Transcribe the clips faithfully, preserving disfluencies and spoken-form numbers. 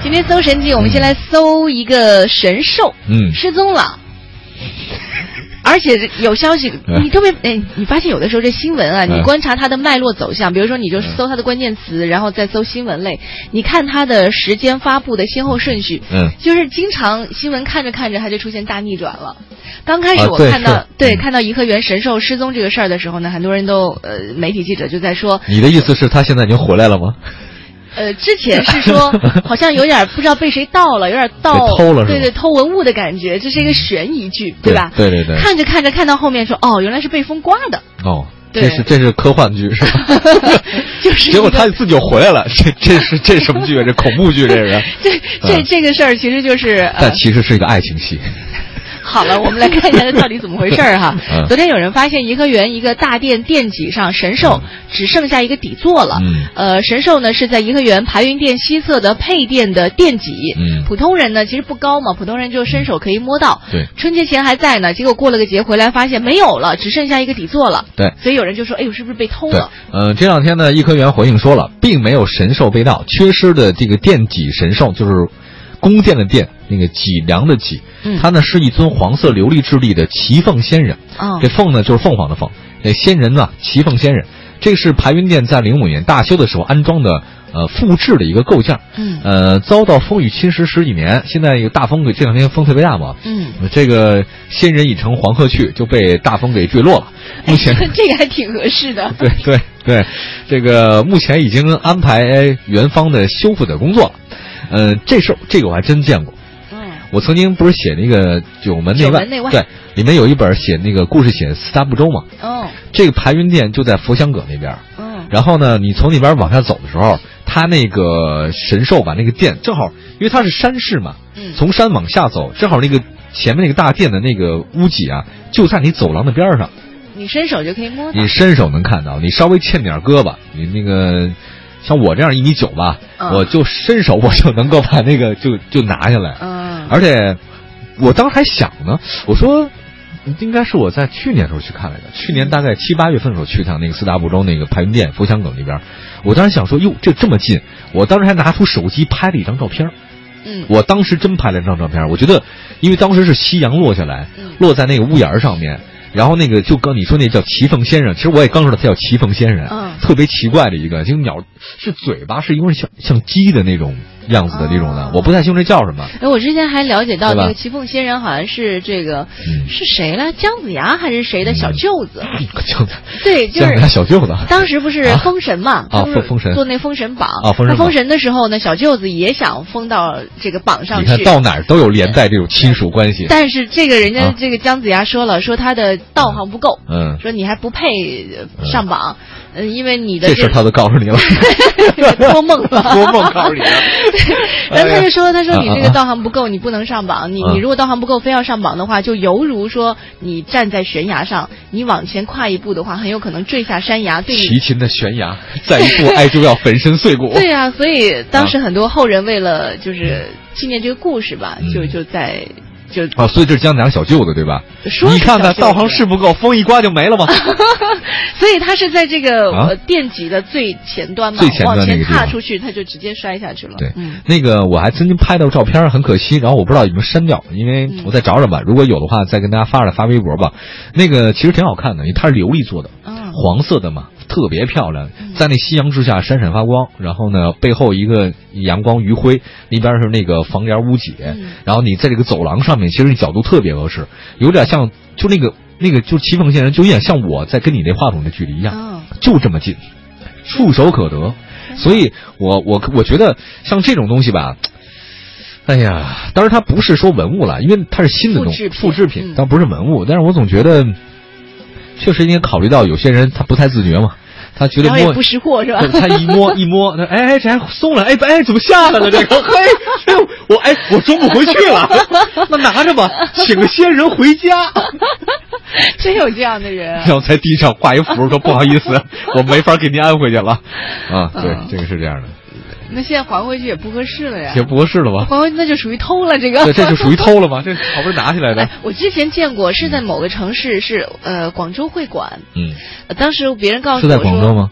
今天搜神记，我们先来搜一个神兽， 嗯， 失踪了。而且有消息，你特别哎，你发现有的时候这新闻啊，你观察它的脉络走向，比如说你就搜它的关键词，然后再搜新闻类，你看它的时间发布的先后顺序， 嗯， 就是经常新闻看着看着它就出现大逆转了。刚开始我看到、啊、对, 对看到颐和园神兽失踪这个事儿的时候呢，很多人都呃媒体记者就在说， 你的意思是他现在已经回来了吗？ 呃，之前是说好像有点不知道被谁盗了，有点盗偷了， 对对，偷文物的感觉，这是一个悬疑剧，对吧？ 对对对。 看着看着看到后面说，哦，原来是被风刮的。 哦，这是这是科幻剧是吧？ 就是。 结果他自己就回来了，这这是这什么剧啊？这恐怖剧这是？ 这这这个事儿其实就是， 但其实是一个爱情戏。 好了，我们来看一下这到底怎么回事儿哈。 嗯、 昨天有人发现颐和园一个大殿殿脊上神兽只剩下一个底座了。 嗯。 呃，神兽呢是在颐和园排云殿西侧的配殿的殿脊。 嗯。 普通人呢其实不高嘛，普通人就伸手可以摸到。 对。 春节前还在呢，结果过了个节回来发现没有了，只剩下一个底座了。 对。 所以有人就说：“哎呦，是不是被偷了？” 呃，这两天呢，颐和园回应说了，并没有神兽被盗，缺失的这个殿脊神兽就是宫殿的殿，那个脊梁的脊。 嗯， 它呢是一尊黄色琉璃质地的奇凤仙人。 哦， 这凤呢就是凤凰的凤，这仙人呢奇凤仙人，这个是排云殿在零五年大修的时候安装的呃复制的一个构件。 嗯， 呃，遭到风雨侵蚀十几年，现在有大风给这两天风特别大嘛。 嗯， 这个仙人已乘黄鹤去，就被大风给坠落了。目前、 哎、这个还挺合适的。 对对对，这个目前已经安排园方的修复的工作了。呃，这事儿这个我还真见过。我曾经不是写那个九门内外， 内外对，里面有一本写那个故事写四大部洲嘛。 哦， 这个排云殿就在佛香阁那边。 嗯， 然后呢，你从那边往下走的时候，它那个神兽把那个殿正好，因为它是山势嘛， 嗯， 从山往下走，正好那个前面那个大殿的那个屋脊啊，就在你走廊的边上， 你伸手就可以摸到， 你伸手能看到，你稍微欠点胳膊，你那个。像我这样一米九吧， 嗯、 我就伸手我就能够把那个就就拿下来。 嗯， 而且我当时还想呢，我说应该是我在去年的时候去看来的，去年大概七八月份的时候去趟那个四大部洲那个排云殿佛香阁那边，我当时想说，哟，这这么近，我当时还拿出手机拍了一张照片。 嗯， 我当时真拍了一张照片，我觉得，因为当时是夕阳落下来， 嗯、 落在那个屋檐上面。然后那个就刚你说那叫奇凤仙人，其实我也刚知道它叫奇凤仙人， 嗯， 特别奇怪的一个，这个鸟是嘴巴是因为像像鸡的那种样子的这种的， 哦、 我不太清楚这叫什么。 哎，我之前还了解到那个奇凤仙人好像是这个、嗯、是谁来，姜子牙还是谁的小舅子？ 姜子、嗯、 对，就是姜子牙小舅子。 当时不是封神嘛？ 啊，封神做那封神榜啊，封神。 封神的时候呢，小舅子也想封到这个榜上去。 你看到哪儿都有连带这种亲属关系。 但是这个人家这个姜子牙说了，说他的道行不够。 嗯， 说你还不配上榜，嗯，因为你的这事他都告诉你了， 托梦了， 托梦告诉你了。 然后他就说，他说你这个道行不够，你不能上榜。你你如果道行不够，非要上榜的话，就犹如说你站在悬崖上，你往前跨一步的话，很有可能坠下山崖。对你齐秦的悬崖，再一步爱就要粉身碎骨。 对啊，所以当时很多后人为了就是纪念这个故事吧，就就在。就啊，所以这是姜子牙小舅子对吧？ 你看看道行是不够，风一刮就没了吗？ 所以他是在这个、啊、呃殿脊的最前端嘛， 最前端那个地方往前踏出去，他就直接摔下去了。 对， 嗯， 那个我还曾经拍到照片，很可惜，然后我不知道有没有删掉，因为我再找找吧，如果有的话再跟大家发出来发微博吧。那个其实挺好看的，因为它是琉璃做的， 嗯， 黄色的嘛，特别漂亮，在那夕阳之下闪闪发光。然后呢，背后一个阳光余晖，那边是那个房檐屋脊， 嗯， 然后你在这个走廊上面，其实你角度特别合适，有点像就那个那个就奇凤仙人，就有点像我在跟你那话筒的距离一样， 哦， 就这么近，触手可得。所以我我我觉得像这种东西吧。哎呀，当然它不是说文物了，因为它是新的东西，复制品，但不是文物。但是我总觉得，确实应该考虑到有些人他不太自觉嘛，他觉得摸也不识货是吧？ 他一摸一摸，他哎这还松了，哎哎怎么下来了这个？嘿，我哎我装不回去了，那拿着吧，请个仙人回家。 真有这样的人， 然后在地上挂一符，说不好意思，我没法给您安回去了。啊，对，这个是这样的。 那现在还回去也不合适了呀， 也不合适了吧？ 还回去那就属于偷了，这个。 对，这就属于偷了吗？这好不容易拿起来的。 哎，我之前见过，是在某个城市，是呃广州会馆。 嗯， 呃、当时别人告诉我说， 是在广州吗？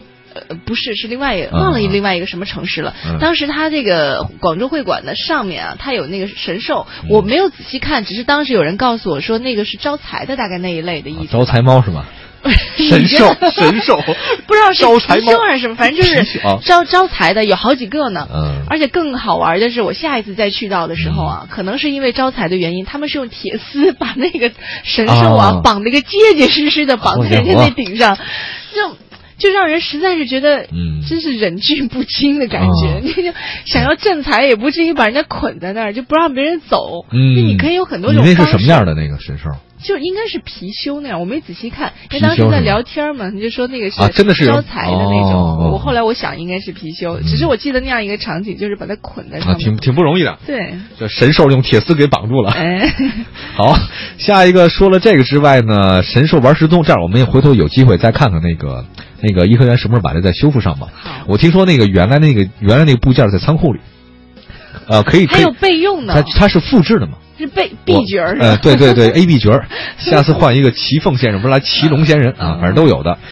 不是，是另外一个忘了另外一个什么城市了。 嗯、 当时他这个广州会馆的上面啊，它有那个神兽，嗯、我没有仔细看，只是当时有人告诉我说那个是招财的，大概那一类的意思。 招财猫是吗？神兽，神兽， 不知道是招财猫还是什么，反正就是招招财的，有好几个呢。 嗯， 而且更好玩的是，我下一次再去到的时候啊，嗯、可能是因为招财的原因，他们是用铁丝把那个神兽啊、哦、绑得个结结实实的，绑在那顶上，就。就让人实在是觉得，嗯，真是忍俊不禁的感觉。你、哦、就想要挣财，也不至于把人家捆在那儿，就不让别人走。 嗯， 你可以有很多种方式。 你那是什么样的那个神兽？ 就应该是貔貅那样，我没仔细看，因为当时在聊天嘛，你就说那个是啊，真的是招财的那种。 哦、 我后来我想应该是貔貅，嗯、只是我记得那样一个场景，就是把它捆在上面， 啊、挺挺不容易的。 对， 这神兽用铁丝给绑住了。 哎， 好，下一个说了这个之外呢，神兽玩石洞，这样我们也回头有机会再看看那个那个颐和园什么时候把这再修复上吧。我听说那个原来那个原来那个部件在仓库里，呃，可以还有备用的， 它它是复制的嘛。 是 B B 角儿， 呃，对对对 ，A B 角儿，下次换一个祁凤先生，不是来祁龙先生啊，反正都有的。